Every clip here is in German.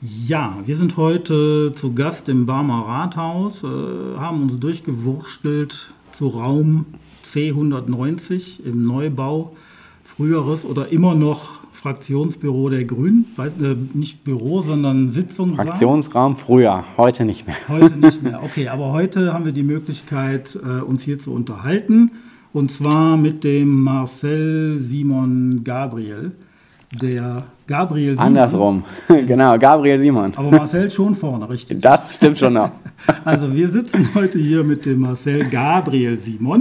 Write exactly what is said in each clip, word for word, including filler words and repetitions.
Ja, wir sind heute zu Gast im Barmer Rathaus, äh, haben uns durchgewurstelt zu Raum C hundertneunzig im Neubau, früheres oder immer noch Fraktionsbüro der Grünen, weiß, äh, nicht Büro, sondern Sitzungssaal. Fraktionsraum früher, heute nicht mehr. Heute nicht mehr, okay, aber heute haben wir die Möglichkeit, äh, uns hier zu unterhalten, und zwar mit dem Marcel Simon Gabriel. Der Gabriel Simon. Andersrum, genau, Gabriel Simon. Aber Marcel schon vorne, richtig? Das stimmt schon noch. Also wir sitzen heute hier mit dem Marcel Gabriel Simon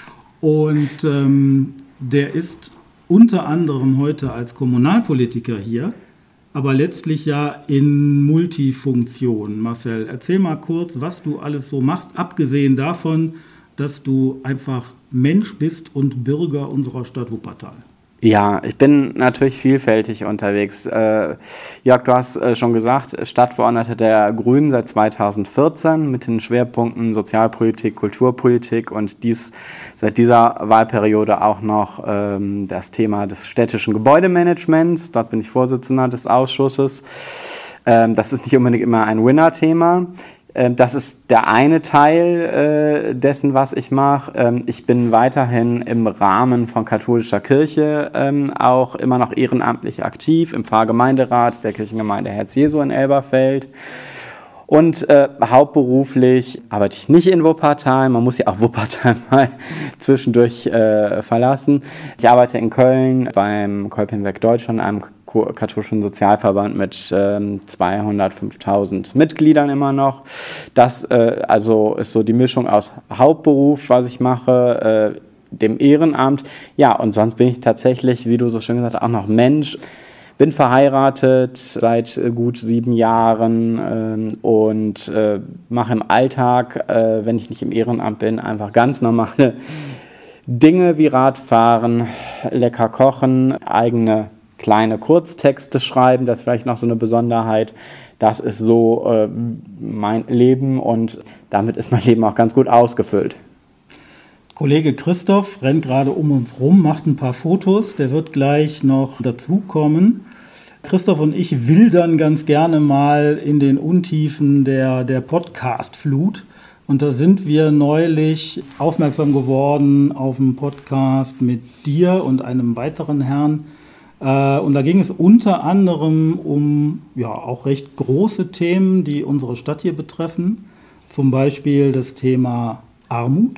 und ähm, der ist unter anderem heute als Kommunalpolitiker hier, aber letztlich ja in Multifunktion. Marcel, erzähl mal kurz, was du alles so machst, abgesehen davon, dass du einfach Mensch bist und Bürger unserer Stadt Wuppertal. Ja, ich bin natürlich vielfältig unterwegs. Äh, Jörg, du hast äh, schon gesagt, Stadtverordneter der Grünen seit zweitausendvierzehn mit den Schwerpunkten Sozialpolitik, Kulturpolitik und dies seit dieser Wahlperiode auch noch ähm, das Thema des städtischen Gebäudemanagements. Dort bin ich Vorsitzender des Ausschusses. Ähm, das ist nicht unbedingt immer ein Winner-Thema. Das ist der eine Teil äh, dessen, was ich mache. Ähm, ich bin weiterhin im Rahmen von katholischer Kirche ähm, auch immer noch ehrenamtlich aktiv im Pfarrgemeinderat der Kirchengemeinde Herz Jesu in Elberfeld. Und äh, hauptberuflich arbeite ich nicht in Wuppertal. Man muss ja auch Wuppertal mal zwischendurch äh, verlassen. Ich arbeite in Köln beim Kolpingwerk Deutschland, einem katholischen Sozialverband mit ähm, zweihundertfünftausend Mitgliedern immer noch. Das äh, also ist so die Mischung aus Hauptberuf, was ich mache, äh, dem Ehrenamt. Ja, und sonst bin ich tatsächlich, wie du so schön gesagt hast, auch noch Mensch. Bin verheiratet seit gut sieben Jahren ähm, und äh, mache im Alltag, äh, wenn ich nicht im Ehrenamt bin, einfach ganz normale Dinge wie Radfahren, lecker kochen, eigene kleine Kurztexte schreiben, das ist vielleicht noch so eine Besonderheit. Das ist so äh, mein Leben und damit ist mein Leben auch ganz gut ausgefüllt. Kollege Christoph rennt gerade um uns rum, macht ein paar Fotos, der wird gleich noch dazukommen. Christoph und ich wildern ganz gerne mal in den Untiefen der, der Podcast-Flut. Und da sind wir neulich aufmerksam geworden auf einen Podcast mit dir und einem weiteren Herrn. Und da ging es unter anderem um ja auch recht große Themen, die unsere Stadt hier betreffen. Zum Beispiel das Thema Armut.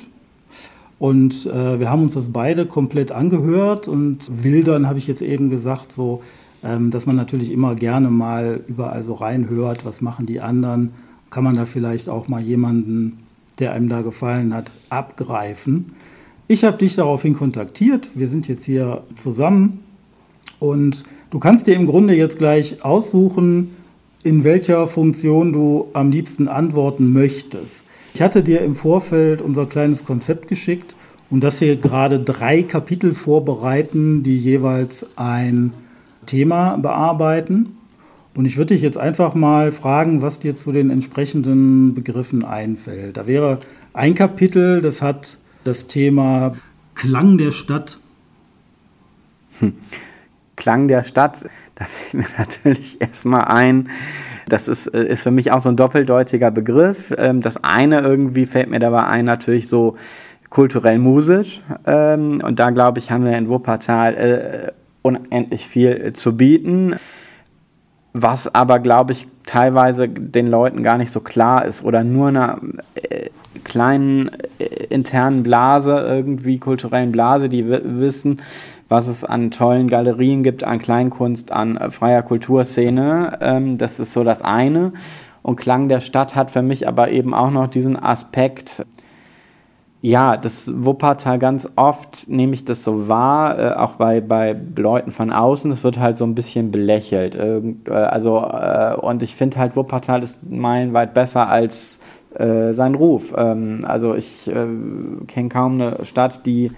Und äh, wir haben uns das beide komplett angehört und wildern, habe ich jetzt eben gesagt, so, ähm, dass man natürlich immer gerne mal überall so reinhört, was machen die anderen. Kann man da vielleicht auch mal jemanden, der einem da gefallen hat, abgreifen. Ich habe dich daraufhin kontaktiert. Wir sind jetzt hier zusammen. Und du kannst dir im Grunde jetzt gleich aussuchen, in welcher Funktion du am liebsten antworten möchtest. Ich hatte dir im Vorfeld unser kleines Konzept geschickt und dass wir gerade drei Kapitel vorbereiten, die jeweils ein Thema bearbeiten. Und ich würde dich jetzt einfach mal fragen, was dir zu den entsprechenden Begriffen einfällt. Da wäre ein Kapitel, das hat das Thema Klang der Stadt. Hm. Klang der Stadt, da fällt mir natürlich erstmal ein, das ist, ist für mich auch so ein doppeldeutiger Begriff. Das eine irgendwie fällt mir dabei ein, natürlich so kulturell-musisch. Und da, glaube ich, haben wir in Wuppertal unendlich viel zu bieten, was aber, glaube ich, teilweise den Leuten gar nicht so klar ist oder nur einer kleinen internen Blase, irgendwie kulturellen Blase, die wissen, was es an tollen Galerien gibt, an Kleinkunst, an äh, freier Kulturszene. Ähm, das ist so das eine. Und Klang der Stadt hat für mich aber eben auch noch diesen Aspekt, ja, das Wuppertal ganz oft, nehme ich das so wahr, äh, auch bei, bei Leuten von außen, es wird halt so ein bisschen belächelt. Irgend, äh, also, äh, und ich finde halt, Wuppertal ist meilenweit besser als äh, sein Ruf. Ähm, also ich äh, kenne kaum eine Stadt, die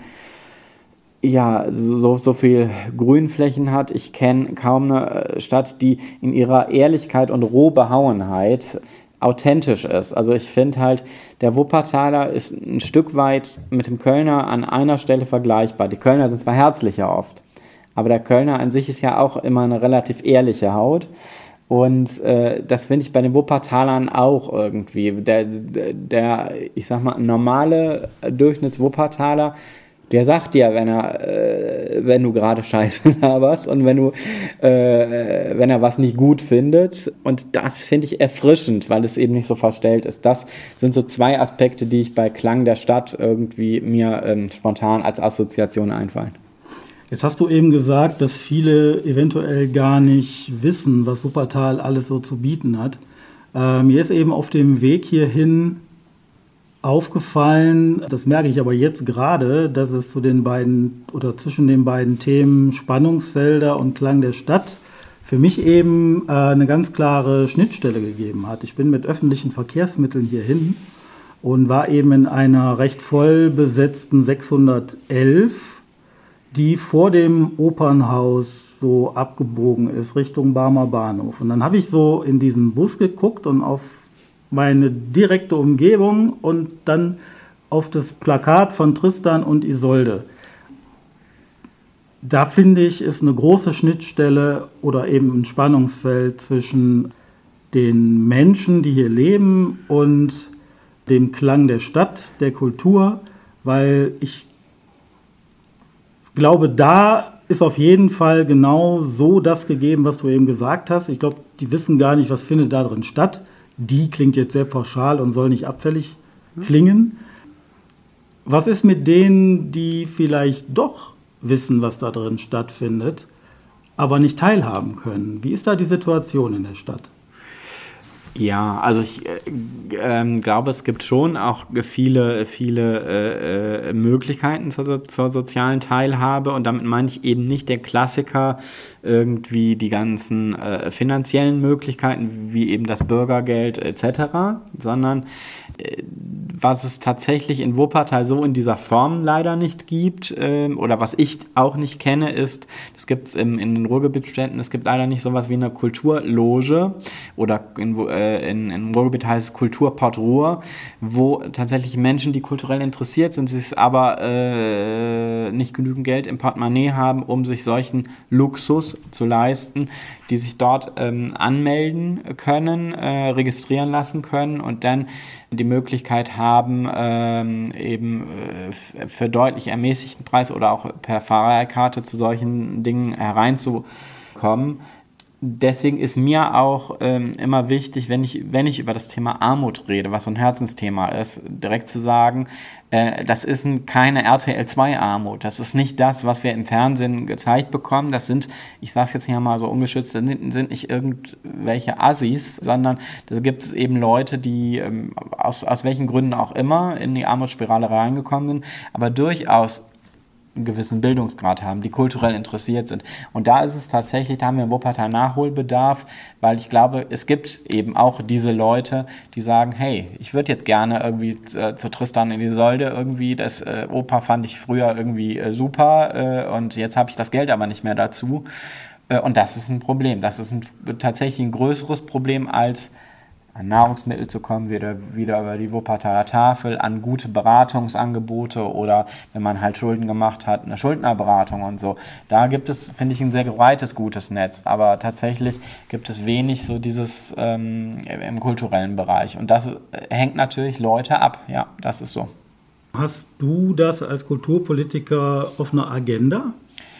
ja, so, so viel Grünflächen hat. Ich kenne kaum eine Stadt, die in ihrer Ehrlichkeit und Rohbehauenheit authentisch ist. Also ich finde halt, der Wuppertaler ist ein Stück weit mit dem Kölner an einer Stelle vergleichbar. Die Kölner sind zwar herzlicher oft, aber der Kölner an sich ist ja auch immer eine relativ ehrliche Haut. Und äh, das finde ich bei den Wuppertalern auch irgendwie. Der, der, ich sag mal, normale Durchschnittswuppertaler, der sagt dir, wenn er, äh, wenn du gerade Scheiße laberst und wenn du, äh, wenn er was nicht gut findet. Und das finde ich erfrischend, weil es eben nicht so verstellt ist. Das sind so zwei Aspekte, die ich bei Klang der Stadt irgendwie mir ähm, spontan als Assoziation einfallen. Jetzt hast du eben gesagt, dass viele eventuell gar nicht wissen, was Wuppertal alles so zu bieten hat. Äh, mir ist eben auf dem Weg hierhin aufgefallen, das merke ich aber jetzt gerade, dass es zu den beiden oder zwischen den beiden Themen Spannungsfelder und Klang der Stadt für mich eben äh, eine ganz klare Schnittstelle gegeben hat. Ich bin mit öffentlichen Verkehrsmitteln hierhin und war eben in einer recht voll besetzten sechshundertelf, die vor dem Opernhaus so abgebogen ist Richtung Barmer Bahnhof. Und dann habe ich so in diesen Bus geguckt und auf meine direkte Umgebung und dann auf das Plakat von Tristan und Isolde. Da finde ich, ist eine große Schnittstelle oder eben ein Spannungsfeld zwischen den Menschen, die hier leben, und dem Klang der Stadt, der Kultur, weil ich glaube, da ist auf jeden Fall genau so das gegeben, was du eben gesagt hast. Ich glaube, die wissen gar nicht, was findet da drin statt. Die klingt jetzt sehr pauschal und soll nicht abfällig klingen. Was ist mit denen, die vielleicht doch wissen, was da drin stattfindet, aber nicht teilhaben können? Wie ist da die Situation in der Stadt? Ja, also ich äh, glaube, es gibt schon auch viele, viele äh, Möglichkeiten zur, zur sozialen Teilhabe, und damit meine ich eben nicht der Klassiker, irgendwie die ganzen äh, finanziellen Möglichkeiten, wie eben das Bürgergeld et cetera, sondern äh, was es tatsächlich in Wuppertal so in dieser Form leider nicht gibt, äh, oder was ich auch nicht kenne, ist, das gibt es in den Ruhrgebietsstädten, es gibt leider nicht sowas wie eine Kulturloge, oder in, äh, in, in Ruhrgebiet heißt es Kulturport Ruhr, wo tatsächlich Menschen, die kulturell interessiert sind, sich aber äh, nicht genügend Geld im Portemonnaie haben, um sich solchen Luxus zu leisten, die sich dort ähm, anmelden können, äh, registrieren lassen können und dann die Möglichkeit haben, ähm, eben äh, für deutlich ermäßigten Preis oder auch per Fahrerkarte zu solchen Dingen hereinzukommen. Deswegen ist mir auch ähm, immer wichtig, wenn ich, wenn ich über das Thema Armut rede, was so ein Herzensthema ist, direkt zu sagen, äh, das ist ein, keine R T L zwei Armut. Das ist nicht das, was wir im Fernsehen gezeigt bekommen. Das sind, ich sage es jetzt hier mal so ungeschützt, das sind, sind nicht irgendwelche Assis, sondern da gibt es eben Leute, die ähm, aus, aus welchen Gründen auch immer in die Armutsspirale reingekommen sind, aber durchaus einen gewissen Bildungsgrad haben, die kulturell interessiert sind. Und da ist es tatsächlich, da haben wir in Wuppertal Nachholbedarf, weil ich glaube, es gibt eben auch diese Leute, die sagen, hey, ich würde jetzt gerne irgendwie äh, zu Tristan in Isolde irgendwie, das äh, Oper fand ich früher irgendwie äh, super äh, und jetzt habe ich das Geld aber nicht mehr dazu. Äh, und das ist ein Problem. Das ist ein, tatsächlich ein größeres Problem als an Nahrungsmittel zu kommen, wieder, wieder über die Wuppertaler Tafel, an gute Beratungsangebote oder wenn man halt Schulden gemacht hat, eine Schuldnerberatung und so. Da gibt es, finde ich, ein sehr breites, gutes Netz, aber tatsächlich gibt es wenig so dieses ähm, im kulturellen Bereich, und das hängt natürlich Leute ab, ja, das ist so. Hast du das als Kulturpolitiker auf einer Agenda?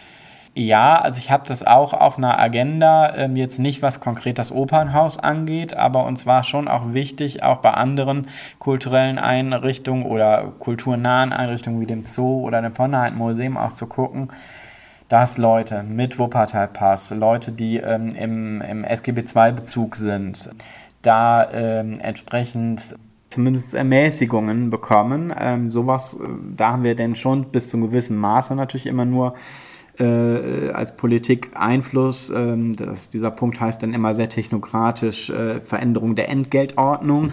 Ja, also ich habe das auch auf einer Agenda, ähm, jetzt nicht was konkret das Opernhaus angeht, aber uns war schon auch wichtig, auch bei anderen kulturellen Einrichtungen oder kulturnahen Einrichtungen wie dem Zoo oder dem von der Hand Museum auch zu gucken, dass Leute mit Wuppertal-Pass, Leute, die ähm, im, im S G B zwei Bezug sind, da ähm, entsprechend zumindest Ermäßigungen bekommen. Ähm, sowas, da haben wir denn schon bis zu einem gewissen Maße natürlich immer nur Äh, als Politik Einfluss. Ähm, das, dieser Punkt heißt dann immer sehr technokratisch, äh, Veränderung der Entgeltordnung.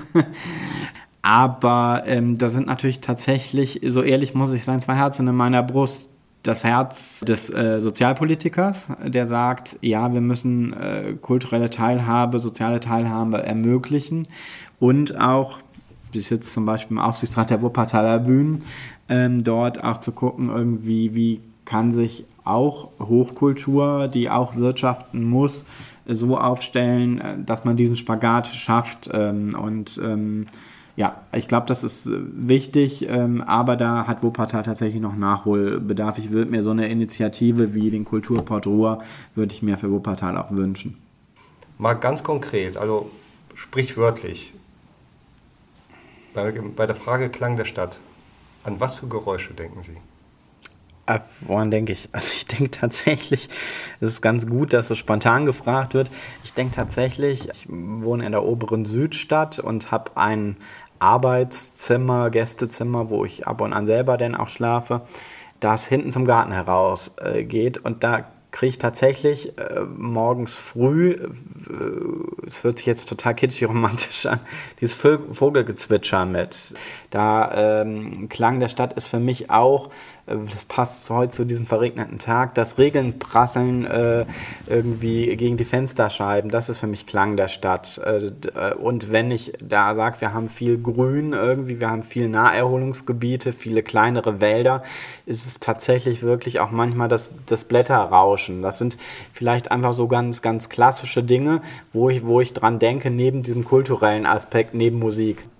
Aber ähm, da sind natürlich tatsächlich, so ehrlich muss ich sein, zwei Herzen in meiner Brust. Das Herz des äh, Sozialpolitikers, der sagt, ja, wir müssen äh, kulturelle Teilhabe, soziale Teilhabe ermöglichen, und auch, bis jetzt zum Beispiel im Aufsichtsrat der Wuppertaler Bühnen, ähm, dort auch zu gucken, irgendwie, wie kann sich auch Hochkultur, die auch wirtschaften muss, so aufstellen, dass man diesen Spagat schafft. Und ja, ich glaube, das ist wichtig, aber da hat Wuppertal tatsächlich noch Nachholbedarf. Ich würde mir so eine Initiative wie den Kulturport Ruhr, würde ich mir für Wuppertal auch wünschen. Mal ganz konkret, also sprichwörtlich, bei, bei der Frage Klang der Stadt, an was für Geräusche denken Sie? Äh, woran denke ich? Also ich denke tatsächlich, es ist ganz gut, dass so spontan gefragt wird. Ich denke tatsächlich, ich wohne in der oberen Südstadt und habe ein Arbeitszimmer, Gästezimmer, wo ich ab und an selber dann auch schlafe, das hinten zum Garten heraus äh, geht und da kriege ich tatsächlich äh, morgens früh, es äh, hört sich jetzt total kitschig romantisch an, dieses Vogelgezwitscher mit. Da ähm, Klang der Stadt ist für mich auch, äh, das passt heute zu diesem verregneten Tag, das Regeln prasseln äh, irgendwie gegen die Fensterscheiben, das ist für mich Klang der Stadt. Äh, und wenn ich da sage, wir haben viel Grün irgendwie, wir haben viele Naherholungsgebiete, viele kleinere Wälder, ist es tatsächlich wirklich auch manchmal das, das Blätterrauschen. Das sind vielleicht einfach so ganz, ganz klassische Dinge, wo ich, wo ich dran denke, neben diesem kulturellen Aspekt, neben Musik.